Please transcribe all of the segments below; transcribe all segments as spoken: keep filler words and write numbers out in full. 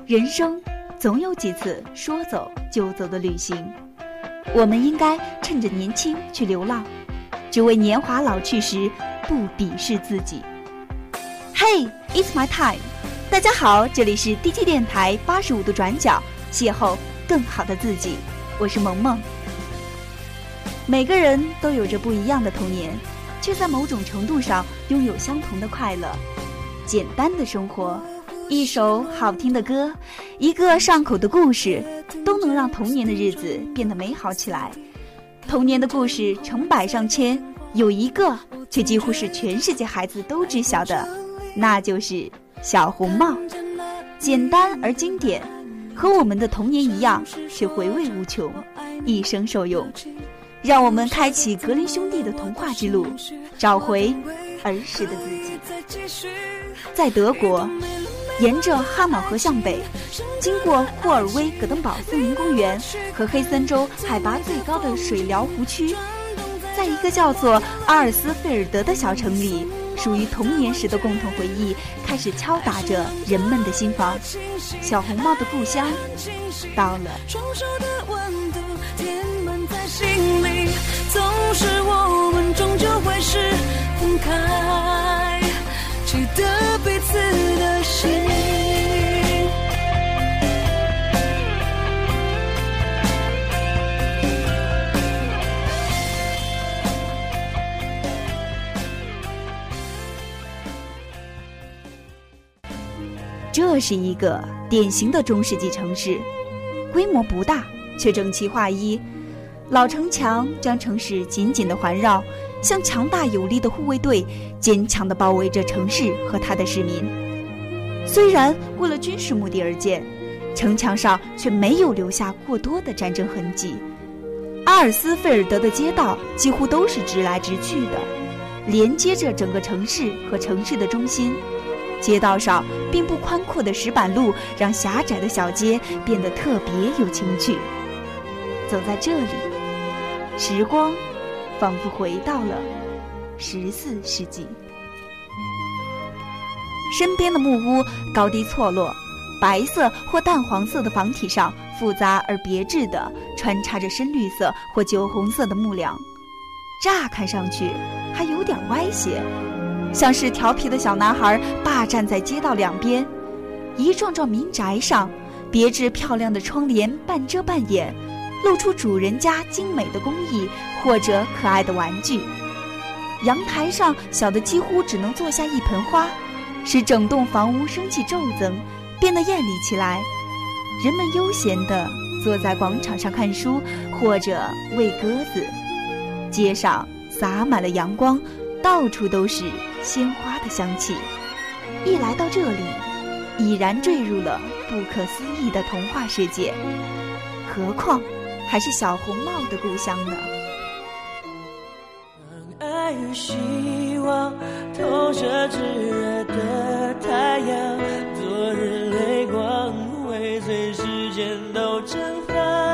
人生总有几次说走就走的旅行，我们应该趁着年轻去流浪，只为年华老去时不鄙视自己。Hey, it's my time！ 大家好，这里是 D J 电台八十五度转角，邂逅更好的自己，我是萌萌。每个人都有着不一样的童年，却在某种程度上拥有相同的快乐。简单的生活，一首好听的歌，一个上口的故事，都能让童年的日子变得美好起来。童年的故事成百上千，有一个却几乎是全世界孩子都知晓的，那就是小红帽。简单而经典，和我们的童年一样，却回味无穷，一生受用。让我们开启格林兄弟的童话之路，找回儿时的自己。在德国，沿着哈瑙河向北，经过霍尔威格登堡森林公园和黑森州海拔最高的水疗湖区，在一个叫做阿尔斯费尔德的小城里，属于童年时的共同回忆开始敲打着人们的心房。小红帽的故乡到了。 心里总是我们终究会是分开，记得彼此的心。 这是一个典型的中世纪城市，规模不大，却整齐划一。老城墙将城市紧紧地环绕，像强大有力的护卫队，坚强地包围着城市和它的市民。虽然为了军事目的而建，城墙上却没有留下过多的战争痕迹。阿尔斯费尔德的街道几乎都是直来直去的，连接着整个城市和城市的中心。街道上并不宽阔的石板路，让狭窄的小街变得特别有情趣。走在这里，时光仿佛回到了十四世纪。身边的木屋高低错落，白色或淡黄色的房体上复杂而别致地穿插着深绿色或酒红色的木梁，乍看上去还有点歪斜，像是调皮的小男孩霸占在街道两边。一幢幢民宅上别致漂亮的窗帘半遮半掩，露出主人家精美的工艺或者可爱的玩具。阳台上小的几乎只能坐下一盆花，使整栋房屋生气骤增，变得艳丽起来。人们悠闲地坐在广场上看书或者喂鸽子。街上洒满了阳光，到处都是鲜花的香气。一来到这里，已然坠入了不可思议的童话世界，何况还是小红帽的故乡呢？ 当爱与希望投射炙热的太阳，昨日泪光会随时间都蒸发，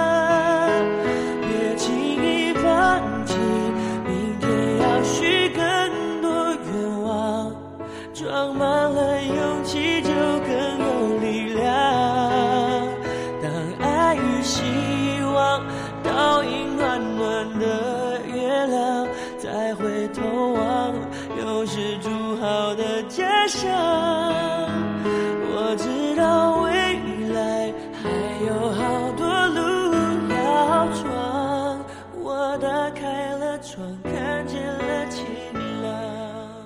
别轻易放弃，明天要许更多愿望，装满了勇气就更有力量。当爱与希望倒映暖暖的月亮，再回头望，又是筑好的家乡。我知道未来还有好多路要闯，我打开了窗，看见了晴朗。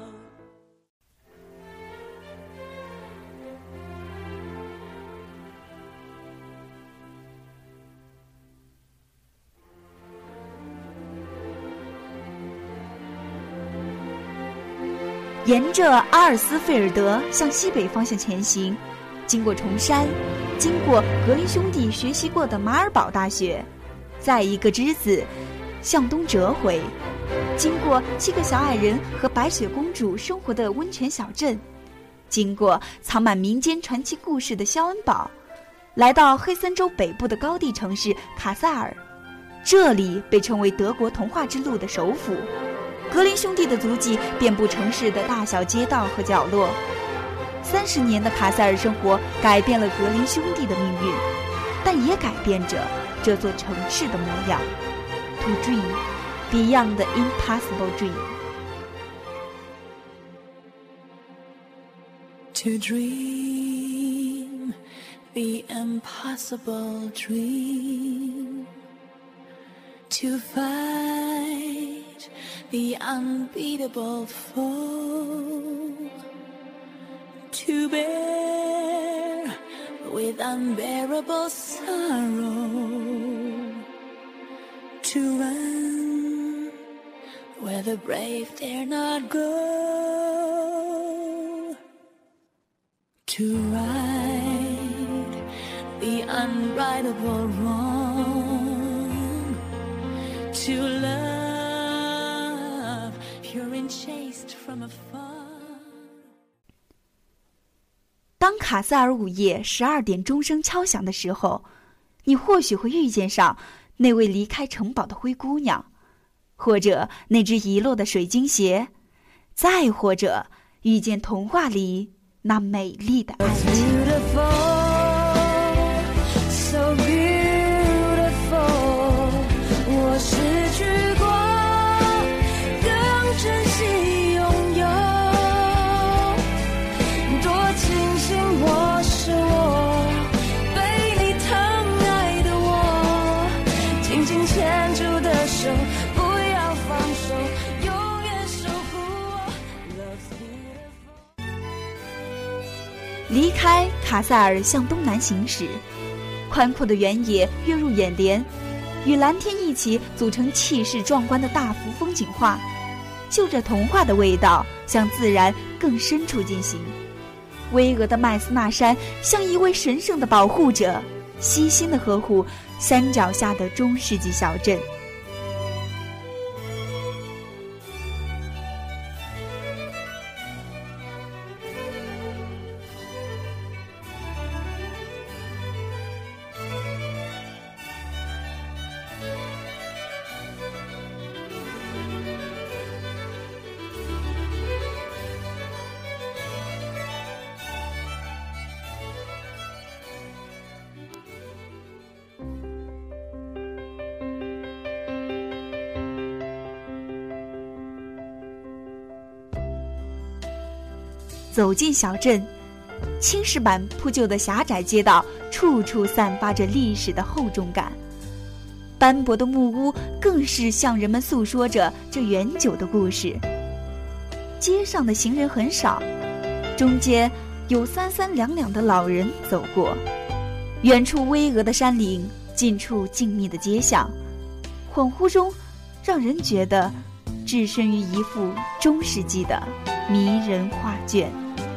沿着阿尔斯费尔德向西北方向前行，经过崇山，经过格林兄弟学习过的马尔堡大学，再一个之子向东折回，经过七个小矮人和白雪公主生活的温泉小镇，经过藏满民间传奇故事的肖恩堡，来到黑森州北部的高地城市卡塞尔。这里被称为德国童话之路的首府，格林兄弟的足迹遍布城市的大小街道和角落。 三十年的卡塞尔生活改变了格林兄弟的命运，但也改变着这座城市的模样。To dream beyond the impossible dream. To dream the impossible dream. To fight the unbeatable foe. To bear with unbearable sorrow. To run where the brave dare not go. To right the unrightable wrong. To love pure and chaste from afar. 当卡塞尔午夜十二点钟声敲响的时候，你或许会遇见上那位离开城堡的灰姑娘，或者那只遗落的水晶鞋，再或者遇见童话里那美丽的爱情。 我失去过，更珍惜拥有。多庆幸我是我，被你疼爱的我，紧紧牵住的手，不要放手，永远守护我。 离开卡塞尔向东南行驶，宽阔的原野跃入眼帘，与蓝天一起组成气势壮观的大幅风景画，就着童话的味道向自然更深处进行。巍峨的麦斯纳山像一位神圣的保护者，悉心地呵护山脚下的中世纪小镇。走进小镇，青石板铺就的狭窄街道处处散发着历史的厚重感，斑驳的木屋更是向人们诉说着这远久的故事。街上的行人很少，中间有三三两两的老人走过，远处巍峨的山岭，近处静谧的街巷，恍惚中让人觉得置身于一幅中世纪的迷人画卷。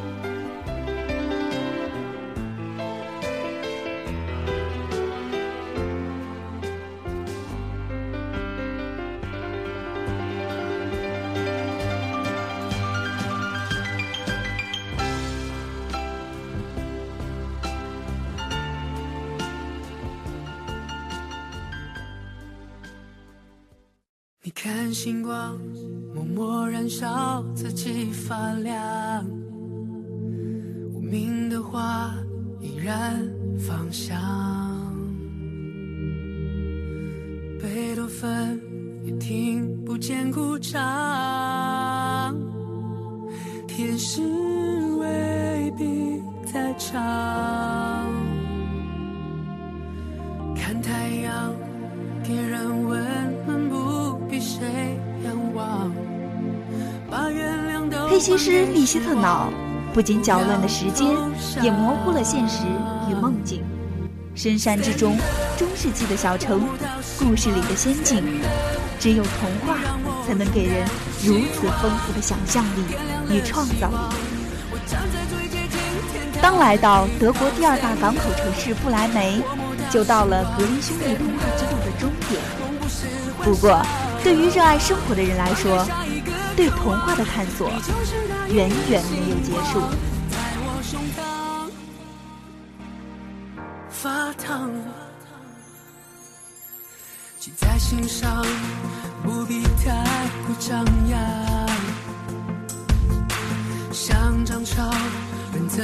你看星光默默燃烧，自己发亮，无名的花依然芳香。贝多芬也听不见鼓掌，天使未必在唱。看太阳给人温暖，不比谁仰望。 佩西斯利希特瑙不仅搅乱了时间，也模糊了现实与梦境。深山之中，中世纪的小城，故事里的仙境，只有童话才能给人如此丰富的想象力与创造力。当来到德国第二大港口城市不来梅，就到了格林兄弟童话之路的终点。不过，对于热爱生活的人来说，对童话的探索远远没有结束。 发烫，记在心上，不必太过张扬。像涨潮，人怎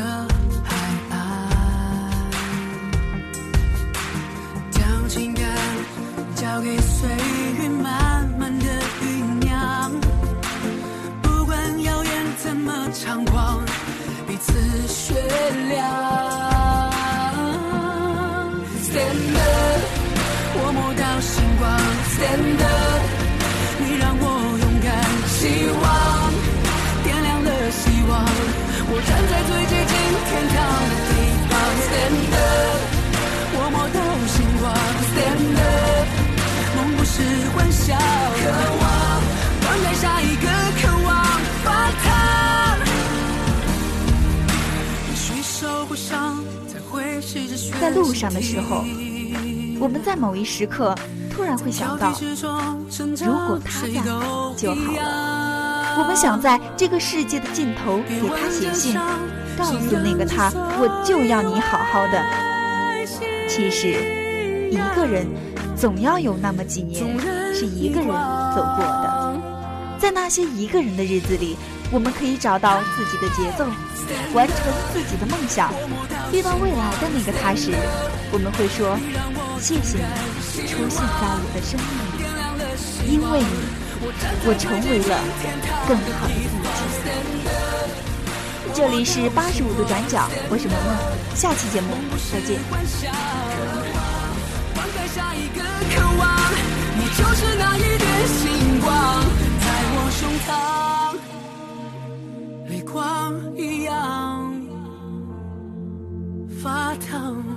在路上的时候，我们在某一时刻突然会想到，如果他在就好了。我们想在这个世界的尽头给他写信，告诉那个他，我就要你好好的。其实一个人总要有那么几年是一个人走过的，在那些一个人的日子里，我们可以找到自己的节奏，完成自己的梦想。遇到未来的那个他时，我们会说，谢谢你出现在我的生命里，因为你我成为了更好的自己。这里是八十五度转角，我是萌萌，下期节目再见。 下一个渴望，你就是那一点星光，在我胸膛，泪光一样发烫。